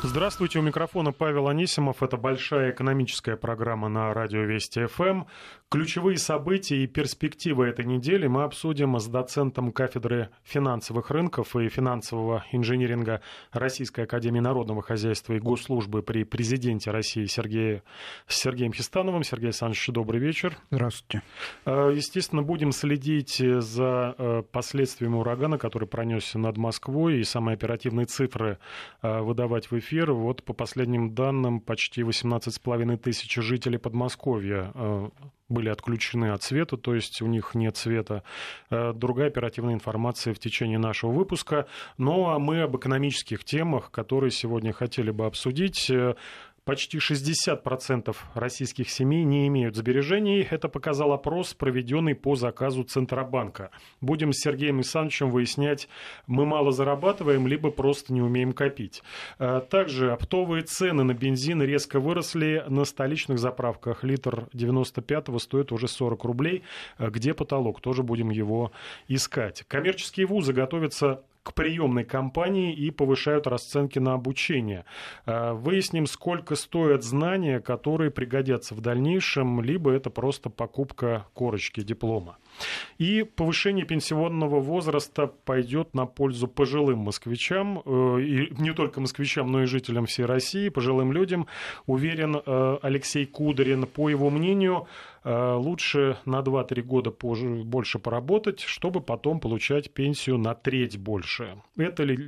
Здравствуйте, у микрофона Павел Анисимов. Это большая экономическая программа на радио Вести ФМ. Ключевые события и перспективы этой недели мы обсудим с доцентом кафедры финансовых рынков и финансового инжиниринга Российской академии народного хозяйства и госслужбы при президенте России Сергеем Хистановым. Сергей Александрович, добрый вечер. Здравствуйте. Естественно, будем следить за последствиями урагана, который пронесся над Москвой, и самые оперативные цифры выдавать в эфир. Вот по последним данным, почти 18,5 тысяч жителей Подмосковья были отключены от света, то есть у них нет света. Другая оперативная информация в течение нашего выпуска. Ну а мы об экономических темах, которые сегодня хотели бы обсудить. Почти 60% российских семей не имеют сбережений. Это показал опрос, проведенный по заказу Центробанка. Будем с Сергеем Александровичем выяснять, мы мало зарабатываем, либо просто не умеем копить. Также оптовые цены на бензин резко выросли. На столичных заправках литр 95-го стоит уже 40 рублей. Где потолок? Тоже будем его искать. Коммерческие вузы готовятся к приемной кампании и повышают расценки на обучение. Выясним, сколько стоят знания, которые пригодятся в дальнейшем, либо это просто покупка корочки диплома. И повышение пенсионного возраста пойдет на пользу пожилым москвичам, и не только москвичам, но и жителям всей России, пожилым людям, уверен Алексей Кудрин. По его мнению, лучше на 2-3 года больше поработать, чтобы потом получать пенсию на треть больше. Это ли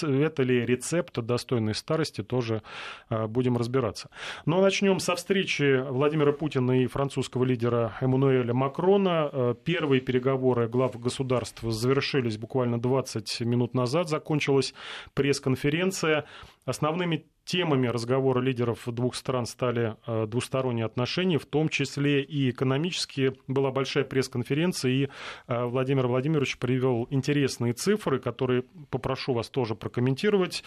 рецепт достойной старости, тоже будем разбираться. Но начнем со встречи Владимира Путина и французского лидера Эммануэля Макрона. Первые переговоры глав государств завершились буквально 20 минут назад. Закончилась пресс-конференция. Основными темами разговора лидеров двух стран стали двусторонние отношения, в том числе и экономические. Была большая пресс-конференция, и Владимир Владимирович привел интересные цифры, которые попрошу вас тоже прокомментировать.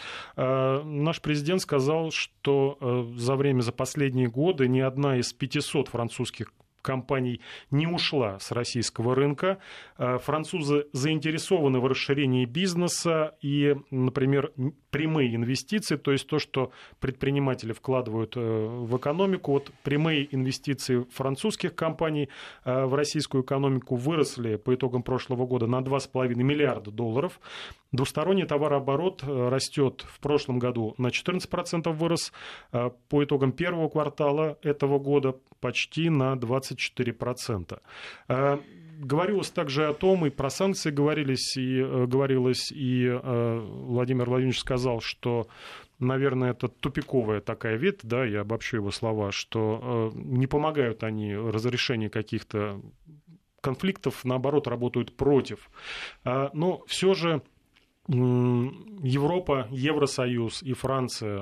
Наш президент сказал, что за последние годы ни одна из 500 французских компаний не ушла с российского рынка. Французы заинтересованы в расширении бизнеса и, например, прямые инвестиции, то есть то, что предприниматели вкладывают в экономику. Вот прямые инвестиции французских компаний в российскую экономику выросли по итогам прошлого года на 2,5 миллиарда долларов. Двусторонний товарооборот растет в прошлом году на 14% вырос, по итогам первого квартала этого года почти на 24%. Говорилось также о том, и про санкции говорилось, и Владимир Владимирович сказал, что, наверное, это тупиковая такая ветвь, да, я обобщу его слова, что не помогают они разрешению каких-то конфликтов, наоборот, работают против. Но все же Европа, Евросоюз и Франция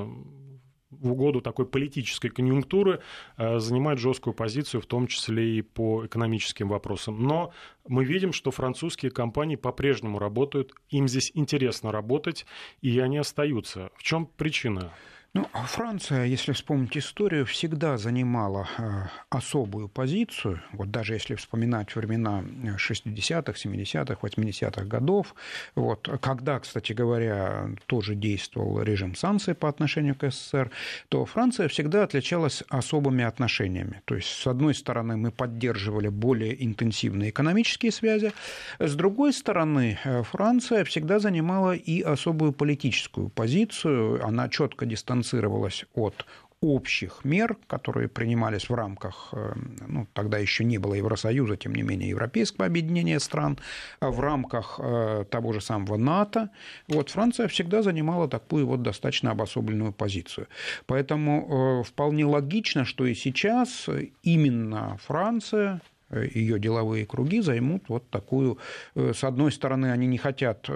в угоду такой политической конъюнктуры занимают жесткую позицию, в том числе и по экономическим вопросам. Но мы видим, что французские компании по-прежнему работают, им здесь интересно работать, и они остаются. В чем причина? Франция, если вспомнить историю, всегда занимала особую позицию. Вот даже если вспоминать времена 60-х, 70-х, 80-х годов, вот, когда, кстати говоря, тоже действовал режим санкций по отношению к СССР, то Франция всегда отличалась особыми отношениями. То есть, с одной стороны, мы поддерживали более интенсивные экономические связи, с другой стороны, Франция всегда занимала и особую политическую позицию. Она четко дистанцировалась от общих мер, которые принимались в рамках, тогда еще не было Евросоюза, тем не менее, Европейского объединения стран, в рамках того же самого НАТО. Вот Франция всегда занимала такую вот достаточно обособленную позицию. Поэтому вполне логично, что и сейчас именно Франция, ее деловые круги займут вот такую... С одной стороны, они не хотят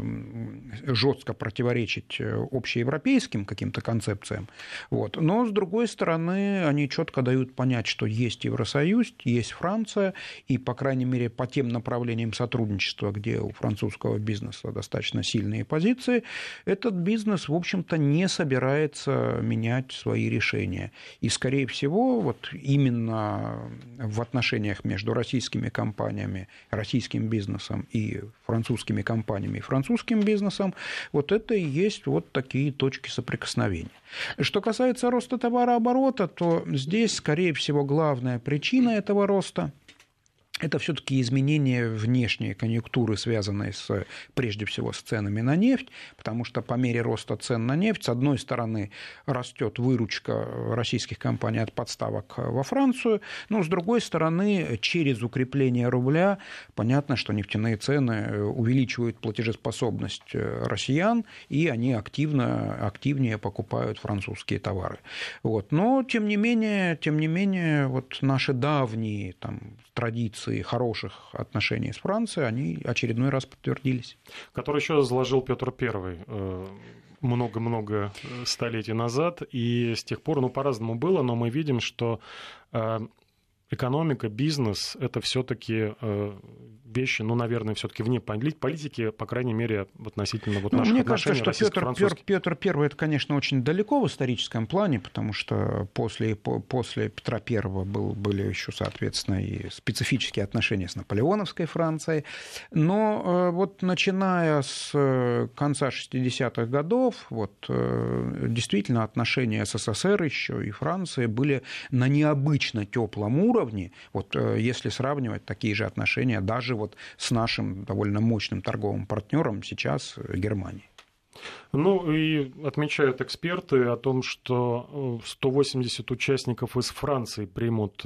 жестко противоречить общеевропейским каким-то концепциям, вот, но, с другой стороны, они четко дают понять, что есть Евросоюз, есть Франция, и, по крайней мере, по тем направлениям сотрудничества, где у французского бизнеса достаточно сильные позиции, этот бизнес, в общем-то, не собирается менять свои решения. И, скорее всего, вот именно в отношениях отношениях между российскими компаниями, российским бизнесом и французскими компаниями и французским бизнесом, вот это и есть вот такие точки соприкосновения. Что касается роста товарооборота, то здесь, скорее всего, главная причина этого роста – это все-таки изменение внешней конъюнктуры, связанной прежде всего с ценами на нефть, потому что по мере роста цен на нефть, с одной стороны, растет выручка российских компаний от подставок во Францию, но с другой стороны, через укрепление рубля, понятно, что нефтяные цены увеличивают платежеспособность россиян, и они активнее покупают французские товары. Вот. Но, тем не менее, вот наши давние традиции хороших отношений с Францией, они очередной раз подтвердились. Который еще заложил Петр I много-много столетий назад, и с тех пор, по-разному было, но мы видим, что экономика, бизнес – это все-таки вещи, наверное, все-таки вне политики, по крайней мере, относительно наших мне отношений кажется, что Петр I – это, конечно, очень далеко в историческом плане, потому что после Петра I были еще, соответственно, и специфические отношения с наполеоновской Францией. Но вот начиная с конца 60-х годов, действительно отношения с СССР еще и Францией были на необычно теплом уровне, если сравнивать такие же отношения даже с нашим довольно мощным торговым партнером сейчас Германией. И отмечают эксперты о том, что 180 участников из Франции примут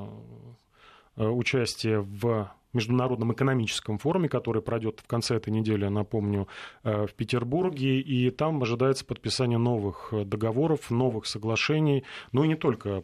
участие в Международном экономическом форуме, который пройдет в конце этой недели, напомню, в Петербурге, и там ожидается подписание новых договоров, новых соглашений, и не только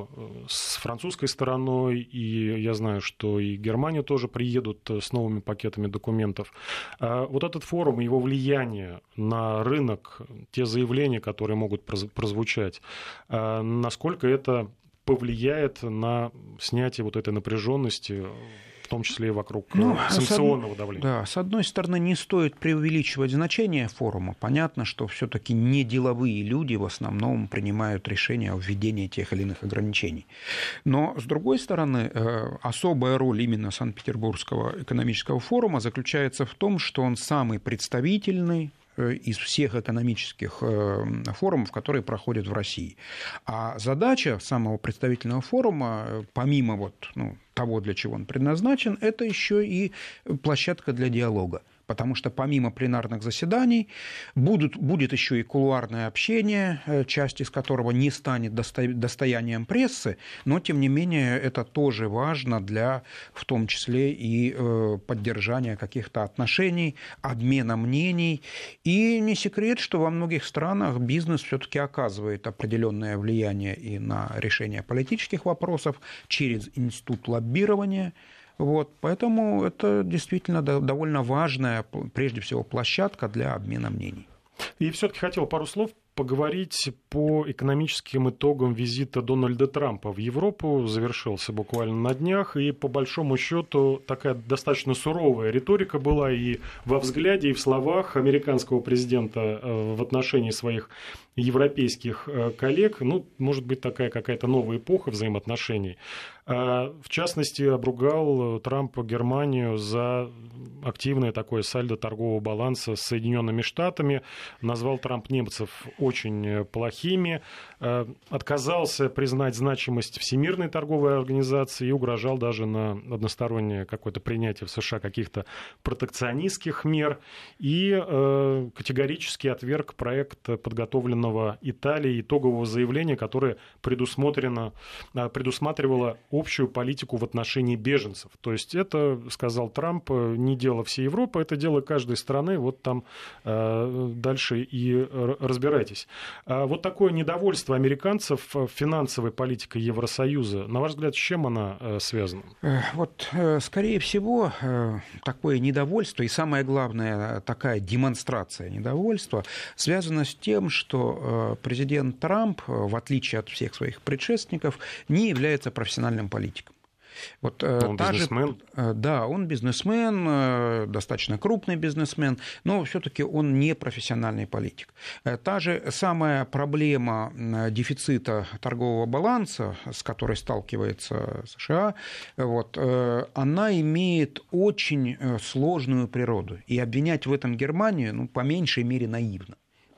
с французской стороной, и я знаю, что и Германия тоже приедут с новыми пакетами документов. Вот этот форум, его влияние на рынок, те заявления, которые могут прозвучать, насколько это повлияет на снятие этой напряженности, в том числе и вокруг санкционного давления. Да, с одной стороны, не стоит преувеличивать значение форума. Понятно, что все-таки не деловые люди в основном принимают решения о введении тех или иных ограничений. Но, с другой стороны, особая роль именно Санкт-Петербургского экономического форума заключается в том, что он самый представительный из всех экономических форумов, которые проходят в России. А задача самого представительного форума, помимо того, для чего он предназначен, это еще и площадка для диалога. Потому что помимо пленарных заседаний будет еще и кулуарное общение, часть из которого не станет достоянием прессы, но, тем не менее, это тоже важно для, в том числе, и поддержания каких-то отношений, обмена мнений. И не секрет, что во многих странах бизнес все-таки оказывает определенное влияние и на решение политических вопросов через институт лоббирования. Поэтому это действительно довольно важная, прежде всего, площадка для обмена мнений. И все-таки хотел пару слов поговорить по экономическим итогам визита Дональда Трампа в Европу. Завершился буквально на днях, и по большому счету такая достаточно суровая риторика была и во взгляде, и в словах американского президента в отношении своих европейских коллег. Может быть, такая какая-то новая эпоха взаимоотношений. В частности, обругал Трамп Германию за активное такое сальдо торгового баланса с Соединенными Штатами. Назвал Трамп немцев очень плохими, отказался признать значимость Всемирной торговой организации и угрожал даже на одностороннее какое-то принятие в США каких-то протекционистских мер, и категорически отверг проект подготовленного Италией итогового заявления, которое предусматривало общую политику в отношении беженцев. То есть это, сказал Трамп, не дело всей Европы, это дело каждой страны, там дальше и разбирайтесь. Такое недовольство американцев финансовой политикой Евросоюза, на ваш взгляд, с чем она связана? Скорее всего, такое недовольство и, самое главное, такая демонстрация недовольства связана с тем, что президент Трамп, в отличие от всех своих предшественников, не является профессиональным политиком. Вот, он бизнесмен? Да, он бизнесмен, достаточно крупный бизнесмен, но все-таки он не профессиональный политик. Та же самая проблема дефицита торгового баланса, с которой сталкивается США, вот, она имеет очень сложную природу. И обвинять в этом Германию, по меньшей мере, наивно.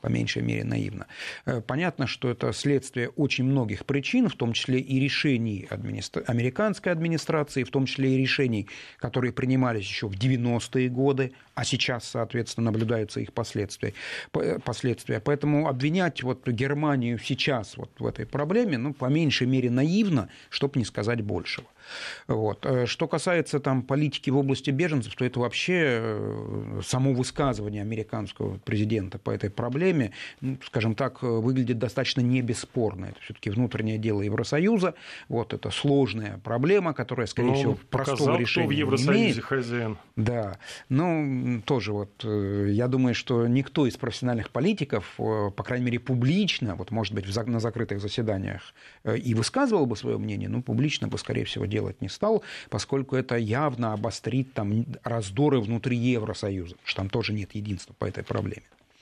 Понятно, что это следствие очень многих причин, в том числе и решений американской администрации, в том числе и решений, которые принимались еще в 90-е годы, а сейчас, соответственно, наблюдаются их последствия. Поэтому обвинять Германию сейчас в этой проблеме, по меньшей мере, наивно, чтобы не сказать большего. Вот. Что касается политики в области беженцев, то это вообще само высказывание американского президента по этой проблеме, скажем так, выглядит достаточно не бесспорно. Это все-таки внутреннее дело Евросоюза. Это сложная проблема, которая, скорее всего, простого решения не имеет. Кто в Евросоюзе хозяин. Да. Тоже я думаю, что никто из профессиональных политиков, по крайней мере, публично, может быть, на закрытых заседаниях и высказывал бы свое мнение, но публично бы, скорее всего, делать не стал, поскольку это явно обострит раздоры внутри Евросоюза, что там тоже нет единства по этой проблеме.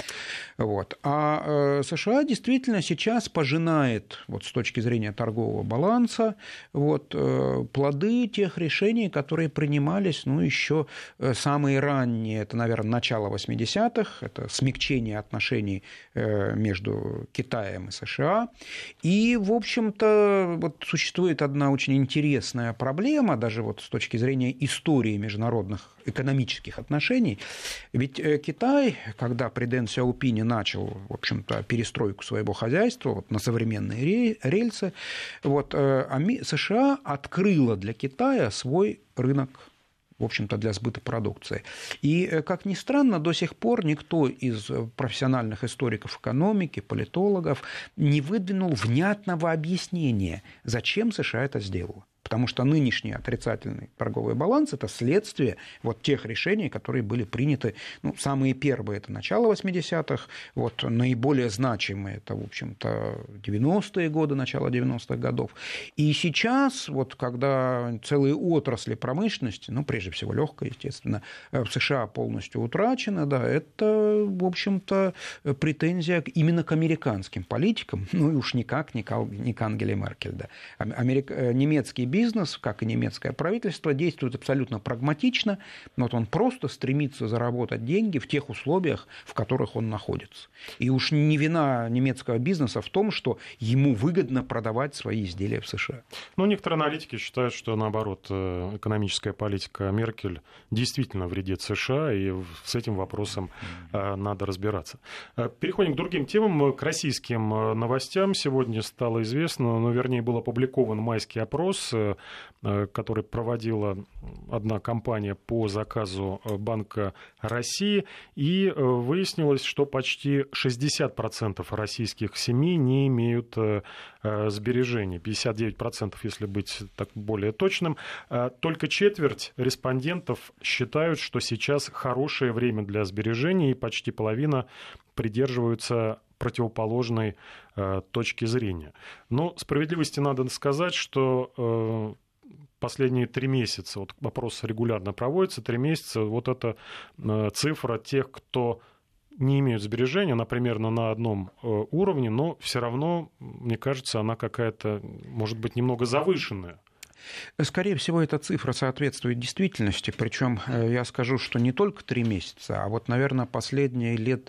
А США действительно сейчас пожинает, с точки зрения торгового баланса, плоды тех решений, которые принимались, еще самые ранние, это, наверное, начало 80-х, это смягчение отношений между Китаем и США. И, в общем-то, существует одна очень интересная проблема, даже с точки зрения истории международных экономических отношений. Ведь Китай, когда при Дэн Сяопине начал, в общем-то, перестройку своего хозяйства на современные рельсы, США открыла для Китая свой рынок, в общем-то, для сбыта продукции. И, как ни странно, до сих пор никто из профессиональных историков экономики, политологов не выдвинул внятного объяснения, зачем США это сделало. Потому что нынешний отрицательный торговый баланс – это следствие тех решений, которые были приняты. Самые первые – это начало 80-х, наиболее значимые – это, в общем-то, 90-е годы, начало 90-х годов. И сейчас, когда целые отрасли промышленности, прежде всего легкая, естественно, в США полностью утрачена, это, в общем-то, претензия именно к американским политикам, и уж никак не к Ангеле Меркель. Немецкий бизнес, как и немецкое правительство, действует абсолютно прагматично, он просто стремится заработать деньги в тех условиях, в которых он находится. И уж не вина немецкого бизнеса в том, что ему выгодно продавать свои изделия в США. Некоторые аналитики считают, что, наоборот, экономическая политика Меркель действительно вредит США, и с этим вопросом надо разбираться. Переходим к другим темам, к российским новостям. Сегодня стало известно, вернее, был опубликован майский опрос, который проводила одна компания по заказу Банка России, и выяснилось, что почти 60% российских семей не имеют сбережений, 59%, если быть так более точным. Только четверть респондентов считают, что сейчас хорошее время для сбережений, и почти половина придерживаются противоположной точки зрения. Но справедливости надо сказать, что последние 3 месяца, опрос регулярно проводится, 3 месяца, эта цифра тех, кто не имеют сбережения, она примерно на одном уровне, но все равно, мне кажется, она какая-то, может быть, немного завышенная. Скорее всего, эта цифра соответствует действительности, причем я скажу, что не только 3 месяца, а наверное, последние лет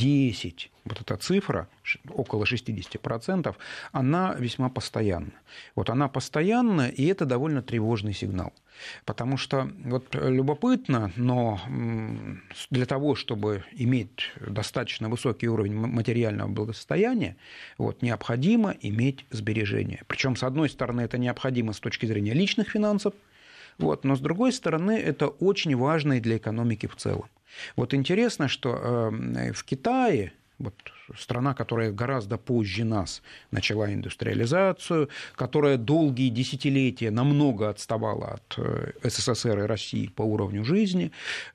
10 эта цифра, около 60%, она весьма постоянна. Она постоянна, и это довольно тревожный сигнал. Потому что любопытно, но для того, чтобы иметь достаточно высокий уровень материального благосостояния, необходимо иметь сбережения. Причем, с одной стороны, это необходимо с точки зрения личных финансов, но с другой стороны, это очень важно и для экономики в целом. Интересно, что в Китае, страна, которая гораздо позже нас начала индустриализацию, которая долгие десятилетия намного отставала от СССР и России по уровню жизни,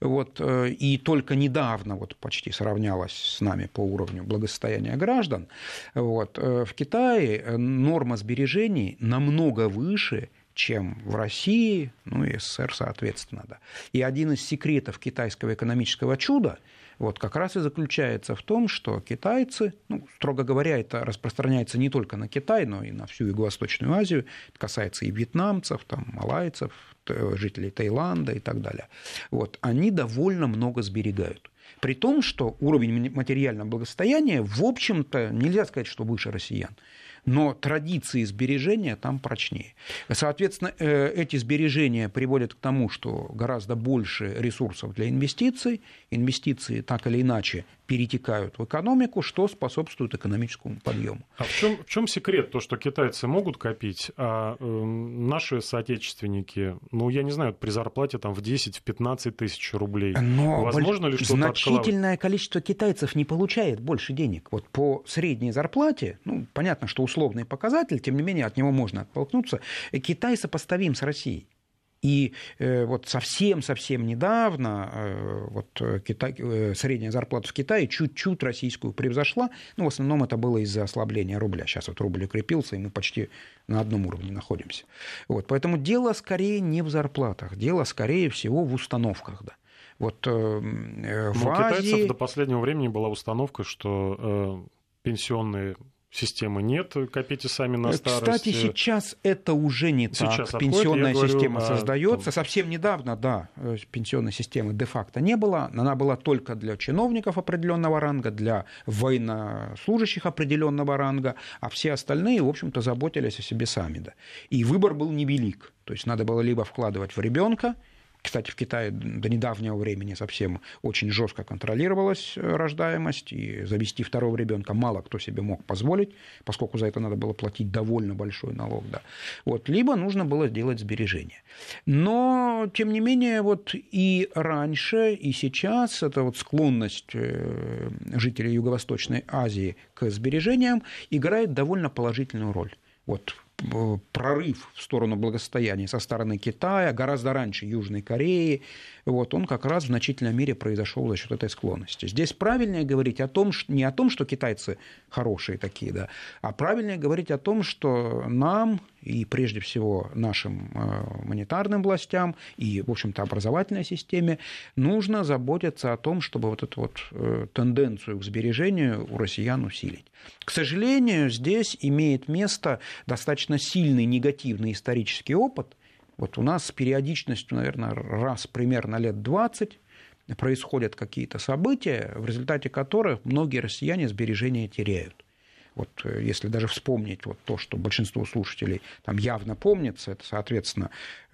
и только недавно почти сравнялась с нами по уровню благосостояния граждан, в Китае норма сбережений намного выше, чем в России, ну и СССР, соответственно. Да. И один из секретов китайского экономического чуда вот как раз и заключается в том, что китайцы, ну, строго говоря, это распространяется не только на Китай, но и на всю Юго-Восточную Азию, это касается и вьетнамцев, там, малайцев, жителей Таиланда и так далее. Вот, они довольно много сберегают. При том, что уровень материального благосостояния, в общем-то, нельзя сказать, что выше россиян. Но традиции сбережения там прочнее. Соответственно, эти сбережения приводят к тому, что гораздо больше ресурсов для инвестиций. Инвестиции так или иначе перетекают в экономику, что способствует экономическому подъему. А в чем секрет? То, что китайцы могут копить, а наши соотечественники, ну, я не знаю, при зарплате там, в 10-15 тысяч рублей. Но возможно ли что-то значительное количество китайцев не получает больше денег. Вот по средней зарплате, ну, понятно, что условный показатель, тем не менее, от него можно оттолкнуться, Китай сопоставим с Россией. И вот совсем недавно вот средняя зарплата в Китае чуть-чуть российскую превзошла, но в основном это было из-за ослабления рубля. Сейчас вот рубль укрепился, и мы почти на одном уровне находимся. Вот, поэтому дело скорее не в зарплатах, дело скорее всего в установках. Да. Вот, у китайцев до последнего времени была установка, что пенсионные системы нет, копите сами на старость. Кстати, сейчас это уже не так. Пенсионная система создается. Совсем недавно, да, пенсионной системы де-факто не было. Она была только для чиновников определенного ранга, для военнослужащих определенного ранга, а все остальные, в общем-то, заботились о себе сами. Да. И выбор был невелик. То есть надо было либо вкладывать в ребенка. Кстати, в Китае до недавнего времени совсем очень жестко контролировалась рождаемость, и завести второго ребенка мало кто себе мог позволить, поскольку за это надо было платить довольно большой налог. Да. Вот, либо нужно было делать сбережения. Но, тем не менее, вот и раньше, и сейчас эта вот склонность жителей Юго-Восточной Азии к сбережениям играет довольно положительную роль. Вот прорыв в сторону благосостояния со стороны Китая, гораздо раньше Южной Кореи, вот, он как раз в значительной мере произошел за счет этой склонности. Здесь правильнее говорить не о том, что китайцы хорошие такие, да, а правильнее говорить о том, что нам и прежде всего нашим монетарным властям и, в общем-то, образовательной системе нужно заботиться о том, чтобы вот эту вот тенденцию к сбережению у россиян усилить. К сожалению, здесь имеет место достаточно сильный негативный исторический опыт. Вот у нас с периодичностью, наверное, раз примерно лет 20 происходят какие-то события, в результате которых многие россияне сбережения теряют. Вот если даже вспомнить вот то, что большинство слушателей там явно помнится, это, соответственно,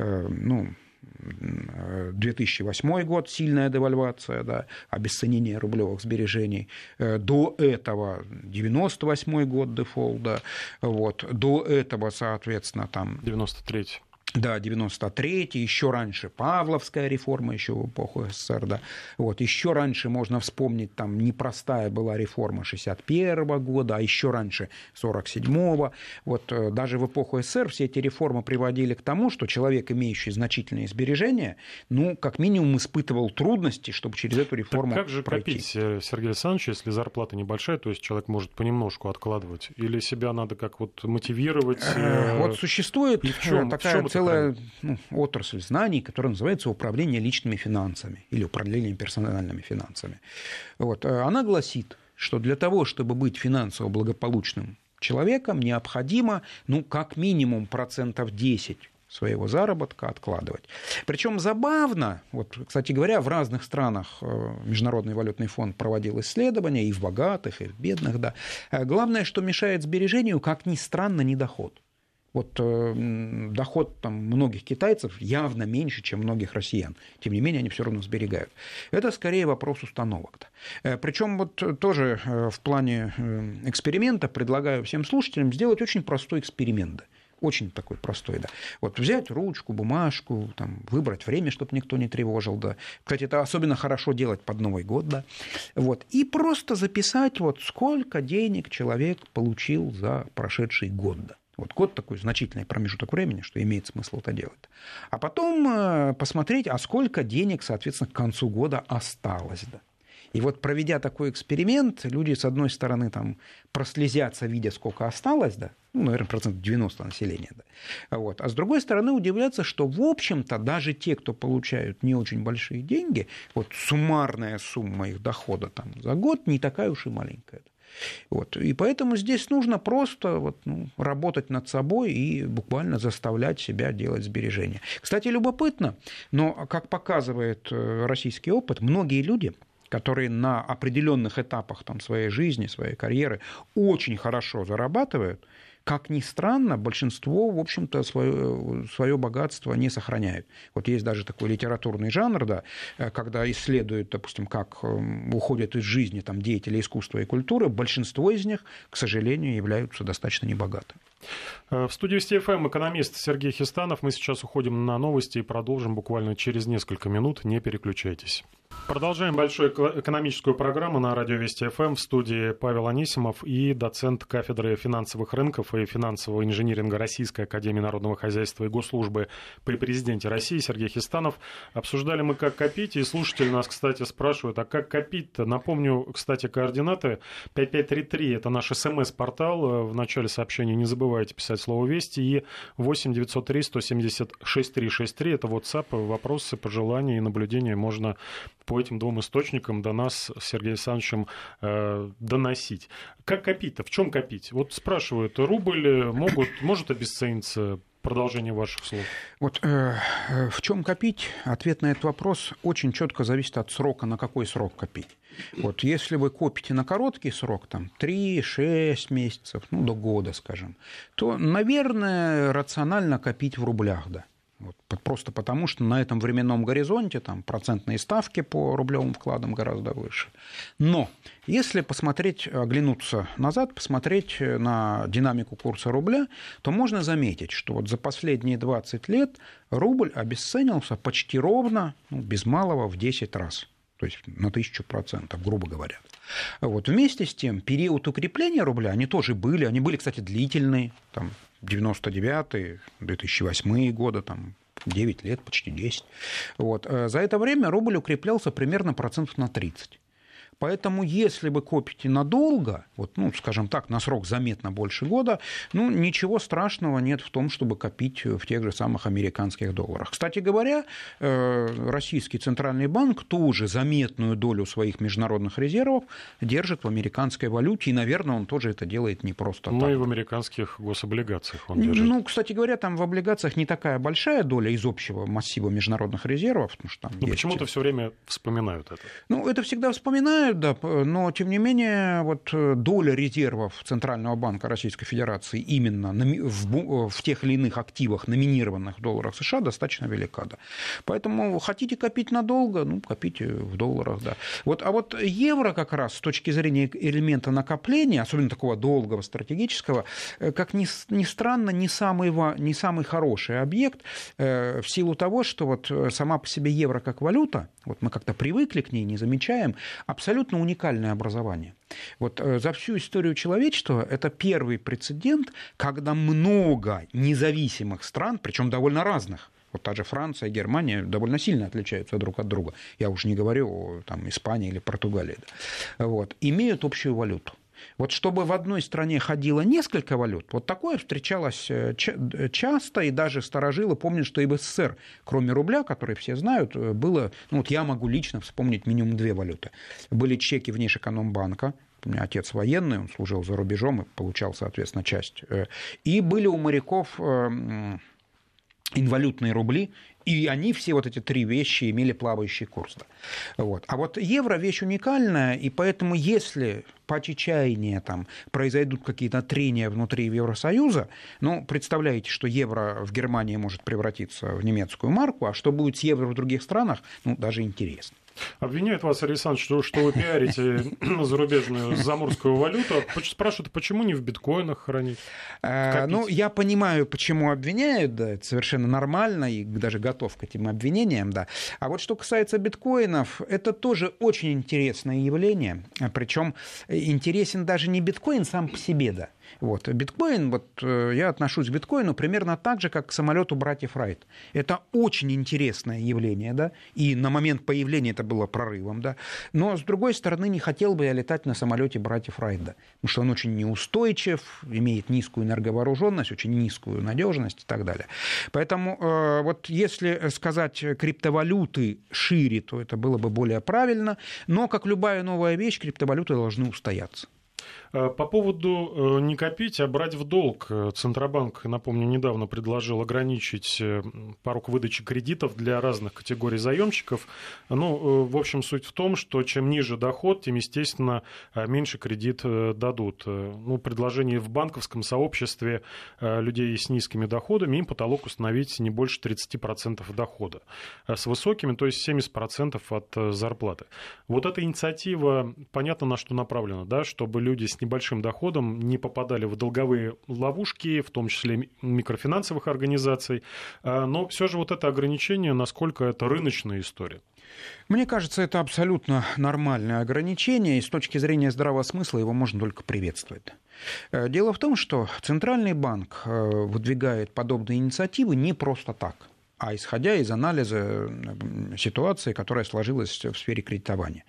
2008 год, сильная девальвация, да, обесценение рублевых сбережений. До этого 98 год дефолт, да, вот. До этого, соответственно, там... 93-й. Да, 93-й, еще раньше Павловская реформа, еще в эпоху СССР, да. Вот, еще раньше можно вспомнить, там непростая была реформа 61-го года, а еще раньше 47-го. Вот, даже в эпоху СССР все эти реформы приводили к тому, что человек, имеющий значительные сбережения, ну, как минимум испытывал трудности, чтобы через эту реформу пройти. Так как же копить, Сергей Александрович, если зарплата небольшая, то есть человек может понемножку откладывать? Или себя надо как вот мотивировать? Вот существует такая целая отрасль знаний, которая называется управление личными финансами или управление персональными финансами. Вот. Она гласит, что для того, чтобы быть финансово благополучным человеком, необходимо, как минимум 10% своего заработка откладывать. Причем забавно, вот, кстати говоря, в разных странах Международный валютный фонд проводил исследования, и в богатых, и в бедных, да. Главное, что мешает сбережению, как ни странно, не доход. Вот доход там, многих китайцев явно меньше, чем многих россиян. Тем не менее, они все равно сберегают. Это скорее вопрос установок. Причем вот тоже в плане эксперимента предлагаю всем слушателям сделать очень простой эксперимент. Очень такой простой, да. Вот взять ручку, бумажку, там, выбрать время, чтобы никто не тревожил, да. Кстати, это особенно хорошо делать под Новый год, да. Вот. И просто записать, вот, сколько денег человек получил за прошедший год, да. Вот год такой значительный промежуток времени, что имеет смысл это делать. А потом посмотреть, а сколько денег, соответственно, к концу года осталось, да. И вот проведя такой эксперимент, люди, с одной стороны, там, прослезятся, видя, сколько осталось, да, ну, наверное, 90% населения, да, вот. А с другой стороны, удивляться, что, в общем-то, даже те, кто получают не очень большие деньги, вот суммарная сумма их дохода там, за год не такая уж и маленькая. Вот. И поэтому здесь нужно просто работать над собой и буквально заставлять себя делать сбережения. Кстати, любопытно, но, как показывает российский опыт, многие люди, которые на определенных этапах там, своей жизни, своей карьеры очень хорошо зарабатывают, как ни странно, большинство, в общем-то, свое богатство не сохраняет. Вот есть даже такой литературный жанр, да, когда исследуют, допустим, как уходят из жизни там, деятели искусства и культуры, большинство из них, к сожалению, являются достаточно небогатыми. В студии Вести ФМ экономист Сергей Хистанов. Мы сейчас уходим на новости и продолжим буквально через несколько минут. Не переключайтесь. Продолжаем большую экономическую программу на радио Вести ФМ. В студии Павел Анисимов и доцент кафедры финансовых рынков и финансового инжиниринга Российской академии народного хозяйства и госслужбы при президенте России Сергей Хистанов. Обсуждали мы, как копить, и слушатели нас, кстати, спрашивают, а как копить-то? Напомню, кстати, координаты 5533, это наш СМС-портал. В начале сообщения не забывайте писать слово «Вести», и 8 903 176 363, это WhatsApp, вопросы, пожелания и наблюдения можно по этим двум источникам до нас с Сергеем Александровичем доносить. Как копить-то? В чем копить? Вот спрашивают, рубль может обесцениться? Продолжение ваших слов. Вот в чем копить? Ответ на этот вопрос очень четко зависит от срока, на какой срок копить. Вот если вы копите на короткий срок, там 3-6 месяцев, до года, скажем, то, наверное, рационально копить в рублях, да. Вот, просто потому, что на этом временном горизонте там, процентные ставки по рублевым вкладам гораздо выше. Но если посмотреть, оглянуться назад, посмотреть на динамику курса рубля, то можно заметить, что вот за последние 20 лет рубль обесценился почти ровно, без малого, в 10 раз. То есть на 1000%, грубо говоря. Вот. Вместе с тем, период укрепления рубля, они тоже были, кстати, длительные, там, 99-й, 2008 годы, там, 9 лет, почти 10. Вот. За это время рубль укреплялся примерно процентов на 30. Поэтому, если вы копите надолго, скажем так, на срок заметно больше года, ничего страшного нет в том, чтобы копить в тех же самых американских долларах. Кстати говоря, российский центральный банк тоже заметную долю своих международных резервов держит в американской валюте, и, наверное, он тоже это делает не просто так. И в американских гособлигациях он держит. Кстати говоря, там в облигациях не такая большая доля из общего массива международных резервов. Потому что там почему-то все время вспоминают это. Это всегда вспоминают, да, но, тем не менее, доля резервов Центрального банка Российской Федерации именно в тех или иных активах, номинированных в долларах США, достаточно велика. Да. Поэтому хотите копить надолго, копите в долларах. Да. А вот евро как раз с точки зрения элемента накопления, особенно такого долгого, стратегического, как ни странно, не самый хороший объект в силу того, что сама по себе евро как валюта, мы как-то привыкли к ней, не замечаем, абсолютно уникальное образование. За всю историю человечества это первый прецедент, когда много независимых стран, причем довольно разных, та же Франция и Германия довольно сильно отличаются друг от друга, я уж не говорю о Испании или Португалии, имеют общую валюту. Чтобы в одной стране ходило несколько валют, такое встречалось часто, и даже старожилы помнят, что и в СССР, кроме рубля, который все знают, было, я могу лично вспомнить минимум 2 валюты. Были чеки Внешэкономбанка, у меня отец военный, он служил за рубежом и получал, соответственно, часть. И были у моряков инвалютные рубли, и они все эти 3 вещи имели плавающий курс. А евро вещь уникальная, и поэтому если по чечаянию произойдут какие-то трения внутри Евросоюза, представляете, что евро в Германии может превратиться в немецкую марку, а что будет с евро в других странах, даже интересно. Обвиняют вас, Александр, что вы пиарите зарубежную заморскую валюту. Спрашивают, почему не в биткоинах хранить? Я понимаю, почему обвиняют, да, это совершенно нормально, и даже готов к этим обвинениям, да. А что касается биткоинов, это тоже очень интересное явление, причем интересен даже не биткоин сам по себе, да. Биткоин, я отношусь к биткоину примерно так же, как к самолету братьев Райт. Это очень интересное явление, да, и на момент появления это было прорывом, да. Но, с другой стороны, не хотел бы я летать на самолете братьев Райда, потому что он очень неустойчив, имеет низкую энерговооруженность, очень низкую надежность и так далее. Поэтому вот если сказать криптовалюты шире, то это было бы более правильно, но, как любая новая вещь, криптовалюты должны устояться. По поводу не копить, а брать в долг. Центробанк, напомню, недавно предложил ограничить порог выдачи кредитов для разных категорий заемщиков. Ну, в общем, суть в том, что чем ниже доход, тем, естественно, меньше кредит дадут. Ну, предложение в банковском сообществе людей с низкими доходами, им потолок установить не больше 30% дохода. С высокими, то есть 70% от зарплаты. Вот эта инициатива, понятно, на что направлена, да, чтобы люди с небольшим доходом не попадали в долговые ловушки, в том числе микрофинансовых организаций. Но все же вот это ограничение, насколько это рыночная история? Мне кажется, это абсолютно нормальное ограничение, и с точки зрения здравого смысла его можно только приветствовать. Дело в том, что Центральный банк выдвигает подобные инициативы не просто так, а исходя из анализа ситуации, которая сложилась в сфере кредитования.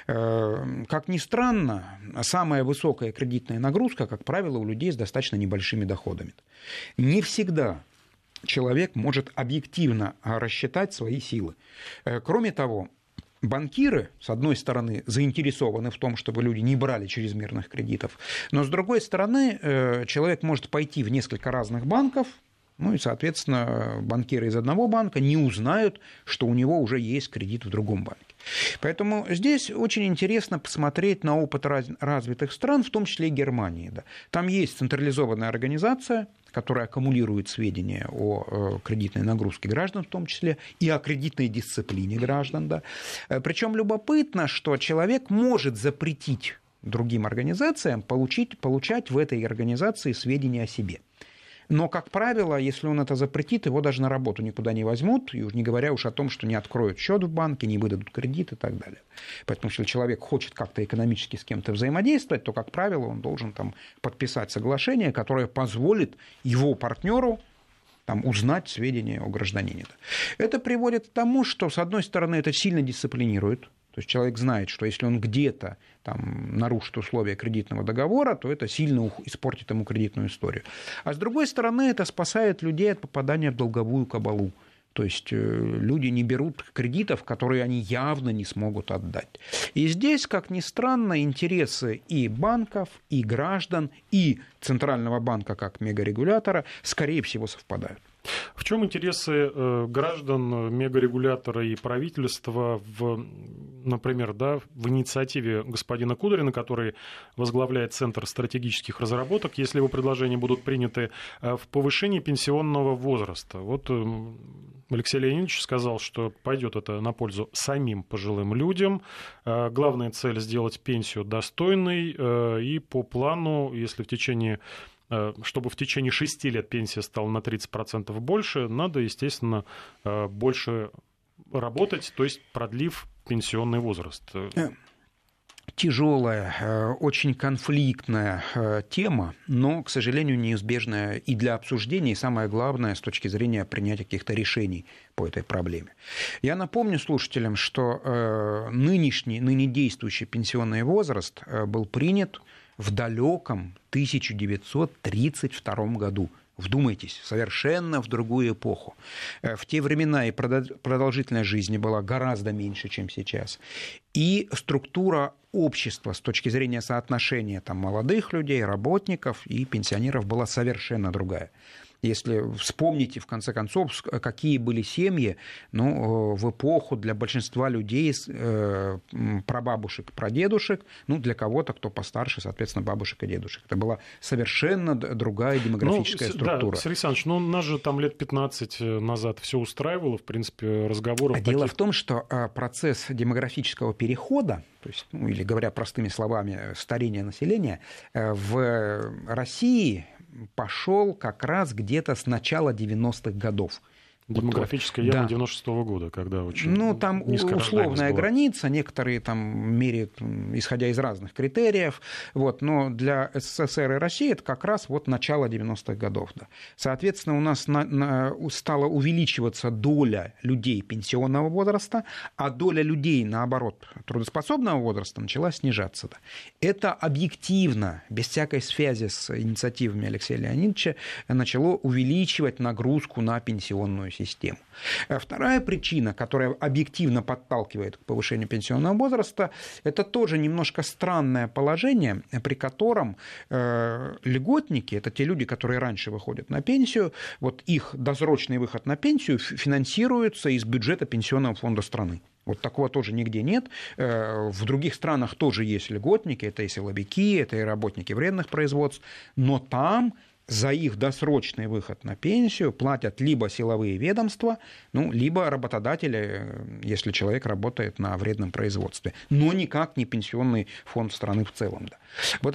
Как ни странно, самая высокая кредитная нагрузка, как правило, у людей с достаточно небольшими доходами. Не всегда человек может объективно рассчитать свои силы. Кроме того, банкиры, с одной стороны, заинтересованы в том, чтобы люди не брали чрезмерных кредитов, но с другой стороны, человек может пойти в несколько разных банков, ну и, соответственно, банкиры из одного банка не узнают, что у него уже есть кредит в другом банке. Поэтому здесь очень интересно посмотреть на опыт развитых стран, в том числе и Германии. Да. Там есть централизованная организация, которая аккумулирует сведения о кредитной нагрузке граждан в том числе и о кредитной дисциплине граждан. Да. Причем любопытно, что человек может запретить другим организациям получать в этой организации сведения о себе. Но, как правило, если он это запретит, его даже на работу никуда не возьмут, и не говоря уж о том, что не откроют счет в банке, не выдадут кредит и так далее. Поэтому, если человек хочет как-то экономически с кем-то взаимодействовать, то, как правило, он должен там подписать соглашение, которое позволит его партнеру узнать сведения о гражданине. Это приводит к тому, что, с одной стороны, это сильно дисциплинирует. То есть человек знает, что если он где-то нарушит условия кредитного договора, то это сильно испортит ему кредитную историю. А с другой стороны, это спасает людей от попадания в долговую кабалу. То есть люди не берут кредитов, которые они явно не смогут отдать. И здесь, как ни странно, интересы и банков, и граждан, и Центрального банка как мегарегулятора, скорее всего, совпадают. В чем интересы граждан, мегарегулятора и правительства например, в инициативе господина Кудрина, который возглавляет Центр стратегических разработок, если его предложения будут приняты, в повышении пенсионного возраста? Вот Алексей Леонидович сказал, что пойдет это на пользу самим пожилым людям. Главная цель — сделать пенсию достойной, и по плану, если чтобы в течение 6 лет пенсия стала на 30% больше, надо, естественно, больше работать, то есть продлив пенсионный возраст. Тяжелая, очень конфликтная тема, но, к сожалению, неизбежная и для обсуждения, и самое главное, с точки зрения принятия каких-то решений по этой проблеме. Я напомню слушателям, что ныне действующий пенсионный возраст был принят в далеком 1932 году. Вдумайтесь, совершенно в другую эпоху. В те времена и продолжительность жизни была гораздо меньше, чем сейчас. И структура общества с точки зрения соотношения молодых людей, работников и пенсионеров была совершенно другая. Если вспомните, в конце концов, какие были семьи в эпоху для большинства людей, прабабушек, прадедушек, для кого-то, кто постарше, соответственно, бабушек и дедушек. Это была совершенно другая демографическая структура. Да, Сергей Александрович, нас же лет 15 назад все устраивало, в принципе, разговоров. Дело в том, что процесс демографического перехода, то есть, или говоря простыми словами, старения населения, в России пошел как раз где-то с начала 90-х годов. Демографическая яма 96-го года, когда очень там низкая условная рождаемость была. Граница, некоторые там меряют, исходя из разных критериев, но для СССР и России это как раз начало 90-х годов. Да. Соответственно, у нас стала увеличиваться доля людей пенсионного возраста, а доля людей, наоборот, трудоспособного возраста начала снижаться. Да. Это объективно, без всякой связи с инициативами Алексея Леонидовича, начало увеличивать нагрузку на пенсионную систему. Вторая причина, которая объективно подталкивает к повышению пенсионного возраста, это тоже немножко странное положение, при котором льготники, это те люди, которые раньше выходят на пенсию, их досрочный выход на пенсию финансируется из бюджета пенсионного фонда страны. Такого тоже нигде нет. В других странах тоже есть льготники, это и силовики, это и работники вредных производств, но там за их досрочный выход на пенсию платят либо силовые ведомства, либо работодатели, если человек работает на вредном производстве, но никак не пенсионный фонд страны в целом. Да.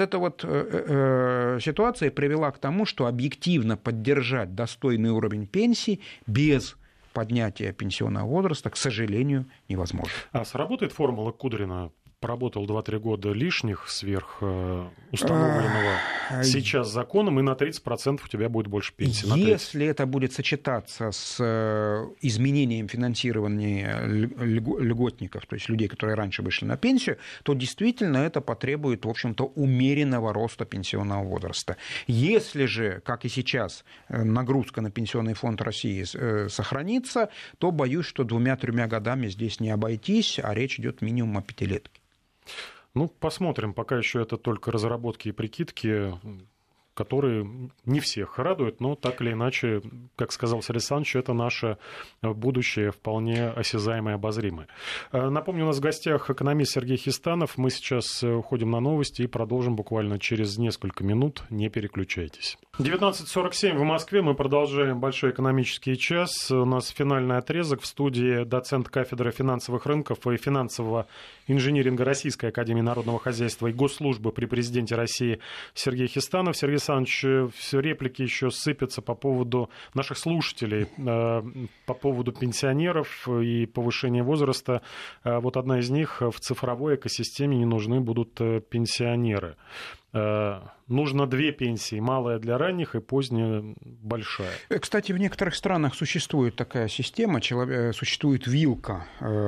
Эта ситуация привела к тому, что объективно поддержать достойный уровень пенсии без поднятия пенсионного возраста, к сожалению, невозможно. А сработает формула Кудрина? Поработал 2-3 года лишних сверх установленного сейчас законом, и на 30% у тебя будет больше пенсии. Если это будет сочетаться с изменением финансирования льготников, то есть людей, которые раньше вышли на пенсию, то действительно это потребует, в общем-то, умеренного роста пенсионного возраста. Если же, как и сейчас, нагрузка на Пенсионный фонд России сохранится, то боюсь, что 2-3 годами здесь не обойтись, а речь идет минимум о 5-летке. Посмотрим. Пока еще это только разработки и прикидки, которые не всех радуют, но так или иначе, как сказал Сергей Александрович, это наше будущее вполне осязаемое, обозримое. Напомню, у нас в гостях экономист Сергей Хистанов. Мы сейчас уходим на новости и продолжим буквально через несколько минут. Не переключайтесь. 19:47 в Москве. Мы продолжаем большой экономический час. У нас финальный отрезок. В студии доцент кафедры финансовых рынков и финансового инжиниринга Российской академии народного хозяйства и госслужбы при президенте России Сергей Хистанов. Сергей Александрович, все реплики еще сыпятся по поводу наших слушателей, по поводу пенсионеров и повышения возраста. Одна из них: в цифровой экосистеме не нужны будут пенсионеры. Нужно 2 пенсии, малая для ранних и поздняя большая. Кстати, в некоторых странах существует такая система, существует вилка,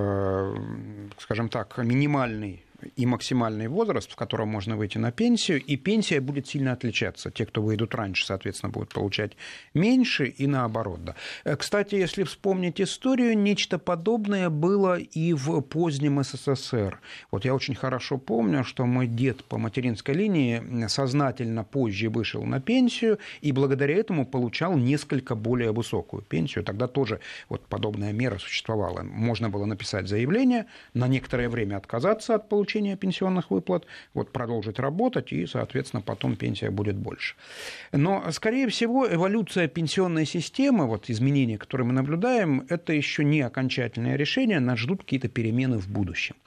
скажем так, минимальный и максимальный возраст, в котором можно выйти на пенсию, и пенсия будет сильно отличаться. Те, кто выйдут раньше, соответственно, будут получать меньше, и наоборот. Да. Кстати, если вспомнить историю, нечто подобное было и в позднем СССР. Я очень хорошо помню, что мой дед по материнской линии сознательно позже вышел на пенсию, и благодаря этому получал несколько более высокую пенсию. Тогда тоже подобная мера существовала. Можно было написать заявление, на некоторое время отказаться от получения пенсионных выплат, продолжить работать, и, соответственно, потом пенсия будет больше. Но, скорее всего, эволюция пенсионной системы, изменения, которые мы наблюдаем, это еще не окончательное решение, нас ждут какие-то перемены в будущем.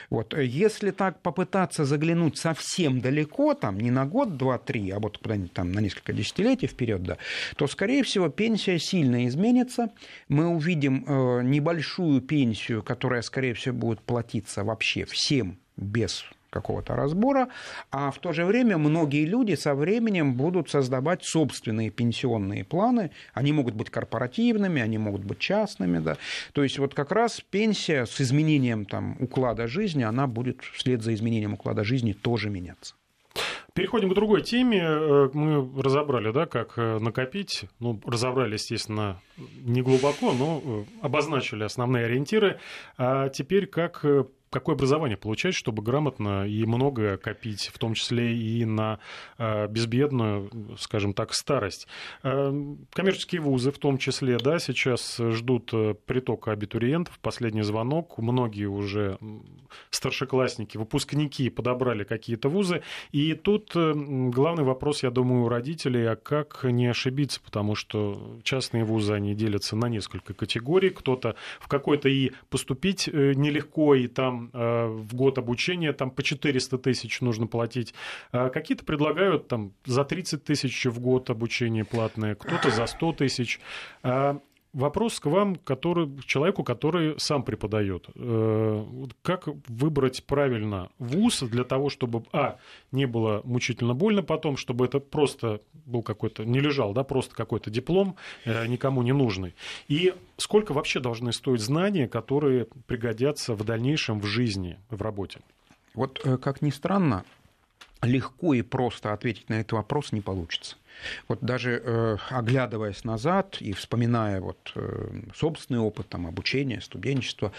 Если так попытаться заглянуть совсем далеко, не на год, 2, 3, а куда-нибудь на несколько десятилетий вперед, да, то, скорее всего, пенсия сильно изменится. Мы увидим небольшую пенсию, которая, скорее всего, будет платиться вообще всем без какого-то разбора, а в то же время многие люди со временем будут создавать собственные пенсионные планы. Они могут быть корпоративными, они могут быть частными. Да. То есть как раз пенсия с изменением уклада жизни, она будет вслед за изменением уклада жизни тоже меняться. Переходим к другой теме. Мы разобрали, как накопить. Разобрали, естественно, не глубоко, но обозначили основные ориентиры. А теперь какое образование получать, чтобы грамотно и много копить, в том числе и на безбедную, скажем так, старость. Коммерческие вузы в том числе, сейчас ждут притока абитуриентов. Последний звонок. Многие уже старшеклассники, выпускники подобрали какие-то вузы. И тут главный вопрос, я думаю, у родителей, а как не ошибиться, потому что частные вузы, они делятся на несколько категорий. Кто-то в какой-то и поступить нелегко, и там в год обучения по 400 тысяч нужно платить. Какие-то предлагают за 30 тысяч в год обучение платное, кто-то за 100 тысяч. вопрос к вам, к человеку, который сам преподает. Как выбрать правильно вуз для того, чтобы, не было мучительно больно потом, чтобы это просто был какой-то, не лежал, да, просто какой-то диплом, никому не нужный. И сколько вообще должны стоить знания, которые пригодятся в дальнейшем в жизни, в работе? Вот, как ни странно, легко и просто ответить на этот вопрос не получится. Вот даже оглядываясь назад и вспоминая собственный опыт обучения, студенчества,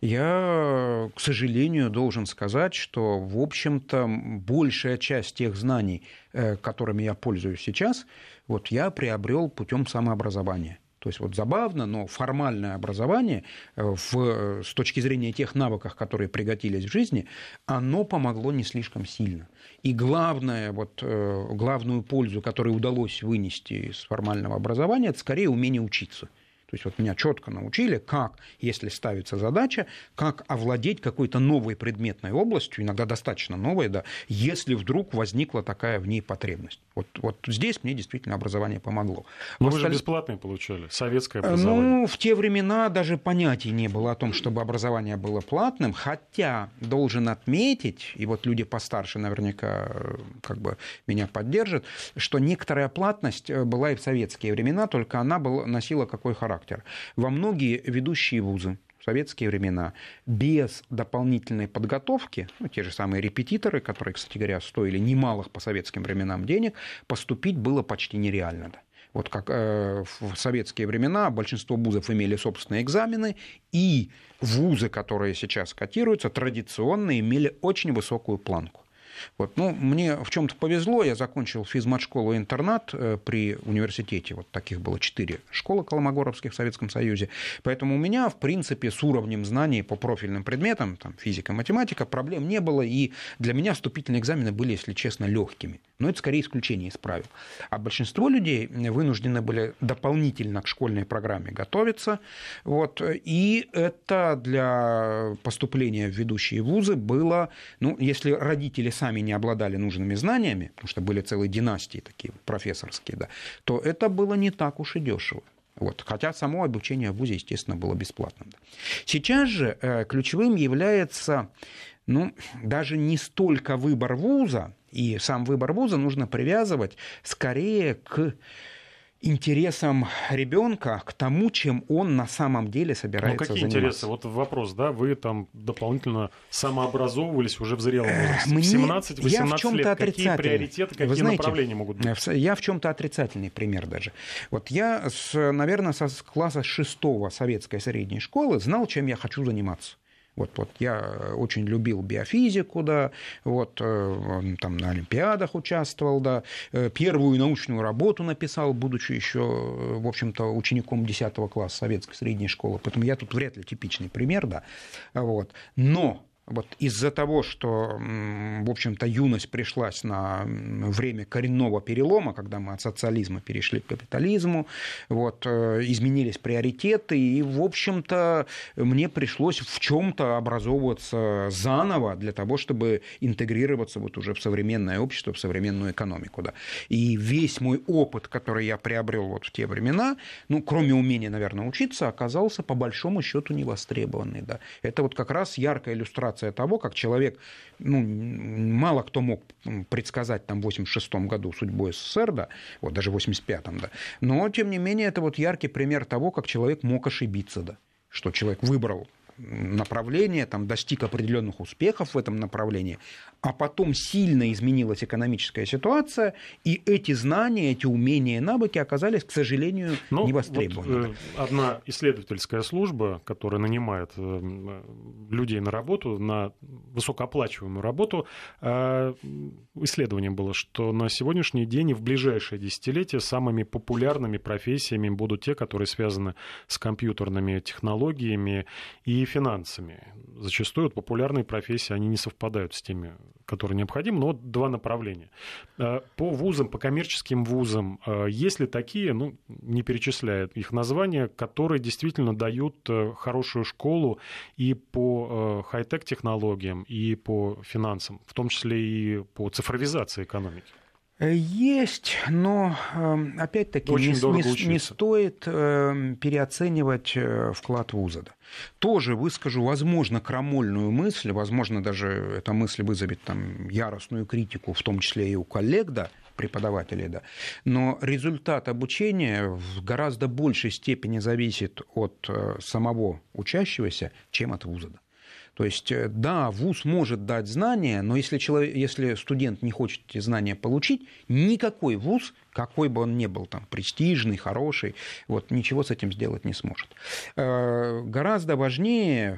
я, к сожалению, должен сказать, что, в общем-то, большая часть тех знаний, которыми я пользуюсь сейчас, я приобрел путем самообразования. То есть забавно, но формальное образование с точки зрения тех навыков, которые пригодились в жизни, оно помогло не слишком сильно. И главную пользу, которую удалось вынести из формального образования, это скорее умение учиться. То есть меня четко научили, как, если ставится задача, как овладеть какой-то новой предметной областью, иногда достаточно новой, да, если вдруг возникла такая в ней потребность. Вот здесь мне действительно образование помогло. Но вы же бесплатное получали, советское образование. В те времена даже понятия не было о том, чтобы образование было платным, хотя должен отметить, и люди постарше наверняка меня поддержат, что некоторая платность была и в советские времена, только она носила какой характер. Во многие ведущие вузы в советские времена без дополнительной подготовки, те же самые репетиторы, которые, кстати говоря, стоили немалых по советским временам денег, поступить было почти нереально. Как в советские времена большинство вузов имели собственные экзамены, и вузы, которые сейчас котируются, традиционно имели очень высокую планку. Мне в чем-то повезло, я закончил физмат-школу-интернат при университете, таких было 4 школы коломогоровских в Советском Союзе, поэтому у меня, в принципе, с уровнем знаний по профильным предметам, физика, математика, проблем не было, и для меня вступительные экзамены были, если честно, легкими. Но это скорее исключение из правил. А большинство людей вынуждены были дополнительно к школьной программе готовиться, и это для поступления в ведущие вузы было, если родители сами не обладали нужными знаниями, потому что были целые династии такие профессорские, да, то это было не так уж и дешево. Хотя само обучение в вузе, естественно, было бесплатным. Сейчас же ключевым является даже не столько выбор вуза, и сам выбор вуза нужно привязывать скорее к интересам ребенка, к тому, чем он на самом деле собирается заниматься. Какие интересы? Вопрос, да, вы дополнительно самообразовывались уже в зрелом возрасте. В 17-18 лет. Какие приоритеты, какие направления могут быть? Я в чем-то отрицательный пример даже. Я, наверное, со класса 6 советской средней школы знал, чем я хочу заниматься. Я очень любил биофизику, да, на олимпиадах участвовал, да, первую научную работу написал, будучи еще, в общем-то, учеником 10 класса советской средней школы, поэтому я тут вряд ли типичный пример, да, но из-за того, что, в общем-то, юность пришлась на время коренного перелома, когда мы от социализма перешли к капитализму, изменились приоритеты, и, в общем-то, мне пришлось в чем-то образовываться заново для того, чтобы интегрироваться уже в современное общество, в современную экономику. Да. И весь мой опыт, который я приобрел в те времена, кроме умения, наверное, учиться, оказался по большому счету невостребованный. Да. Это как раз яркая иллюстрация того, как человек, мало кто мог предсказать в 1986 году судьбу СССР, да, даже в 1985, да, но, тем не менее, это яркий пример того, как человек мог ошибиться, да, что человек выбрал направление, достиг определенных успехов в этом направлении, а потом сильно изменилась экономическая ситуация, и эти знания, эти умения и навыки оказались, к сожалению, невостребованы. Одна исследовательская служба, которая нанимает людей на работу, на высокооплачиваемую работу, исследование было, что на сегодняшний день и в ближайшее десятилетие самыми популярными профессиями будут те, которые связаны с компьютерными технологиями и финансами. Зачастую популярные профессии, они не совпадают с теми, которые необходимы, но два направления. По вузам, по коммерческим вузам, есть ли такие, не перечисляя их названия, которые действительно дают хорошую школу и по хай-тек технологиям, и по финансам, в том числе и по цифровизации экономики? Есть, но опять-таки не стоит переоценивать вклад вуза. Тоже выскажу, возможно, крамольную мысль, возможно, даже эта мысль вызовет там яростную критику, в том числе и у коллег, да, преподавателей, да. Но результат обучения в гораздо большей степени зависит от самого учащегося, чем от вуза. То есть, да, вуз может дать знания, но если студент не хочет эти знания получить, никакой вуз, какой бы он ни был, там, престижный, хороший, вот, ничего с этим сделать не сможет. Гораздо важнее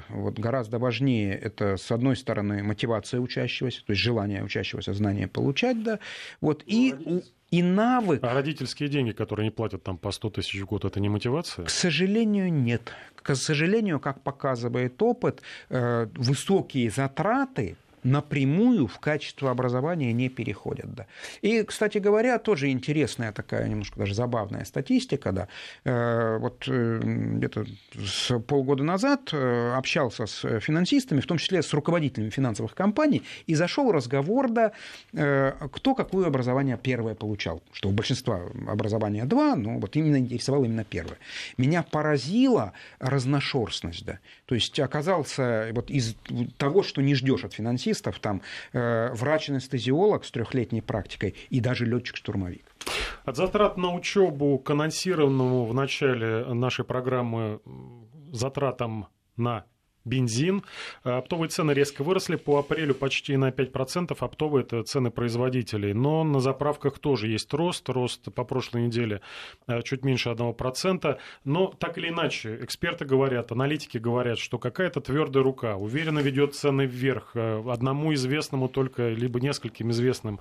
это, с одной стороны, мотивация учащегося, то есть желание учащегося знания получать, да, вот, и навык. А родительские деньги, которые не платят там по 100 тысяч в год, это не мотивация? К сожалению, нет. К сожалению, как показывает опыт, высокие затраты напрямую в качество образования не переходят. Да. И, кстати говоря, тоже интересная такая, немножко даже забавная статистика. Да. Вот где-то с полгода назад общался с финансистами, в том числе с руководителями финансовых компаний, и зашел разговор, да, кто какое образование первое получал. Что у большинства образования 2, но вот именно интересовало именно первое. Меня поразила разношерстность. Да. То есть оказался вот из того, что не ждешь от финансистов, там врач-анестезиолог с 3-летней практикой и даже летчик-штурмовик. От затрат на учебу к анонсированному в начале нашей программы затратам на бензин. Оптовые цены резко выросли. По апрелю почти на 5%. Оптовые — это цены производителей. Но на заправках тоже есть рост. Рост по прошлой неделе чуть меньше 1%. Но так или иначе, эксперты говорят, аналитики говорят, что какая-то твердая рука уверенно ведет цены вверх. Одному известному только, либо нескольким известным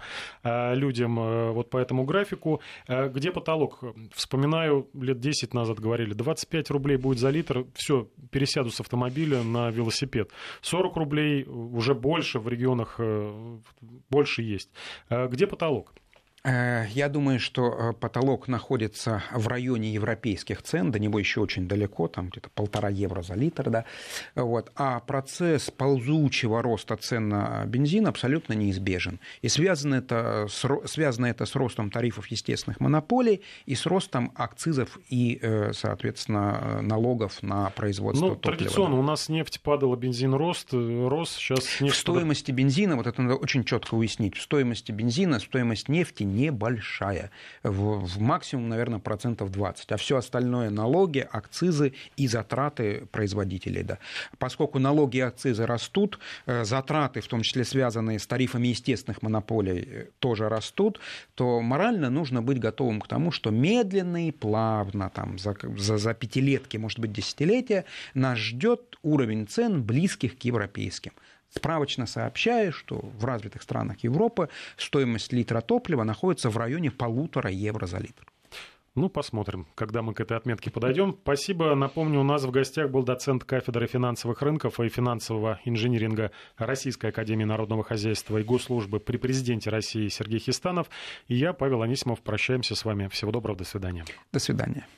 людям вот по этому графику. Где потолок? Вспоминаю, лет 10 назад говорили, 25 рублей будет за литр. Все, пересяду с автомобиля на велосипед. 40 рублей, уже больше в регионах, больше есть. Где потолок? Я думаю, что потолок находится в районе европейских цен, до него еще очень далеко, там где-то 1,5 евро за литр, да. Вот. А процесс ползучего роста цен на бензин абсолютно неизбежен. И связано это с ростом тарифов естественных монополий и с ростом акцизов и, соответственно, налогов на производство топлива. Традиционно у нас нефть падала, бензин рос, сейчас нефть... В стоимости бензина, вот это надо очень четко уяснить, в стоимости бензина стоимость нефти небольшая, в максимум, наверное, 20%, а все остальное налоги, акцизы и затраты производителей. Да. Поскольку налоги и акцизы растут, затраты, в том числе связанные с тарифами естественных монополий, тоже растут, то морально нужно быть готовым к тому, что медленно и плавно, там, за пятилетки, может быть, десятилетия, нас ждет уровень цен, близких к европейским. Справочно сообщаю, что в развитых странах Европы стоимость литра топлива находится в районе 1,5 евро за литр. Ну, посмотрим, когда мы к этой отметке подойдем. Спасибо. Напомню, у нас в гостях был доцент кафедры финансовых рынков и финансового инжиниринга Российской академии народного хозяйства и госслужбы при президенте России Сергей Хистанов. И я, Павел Анисимов, прощаемся с вами. Всего доброго, до свидания. До свидания.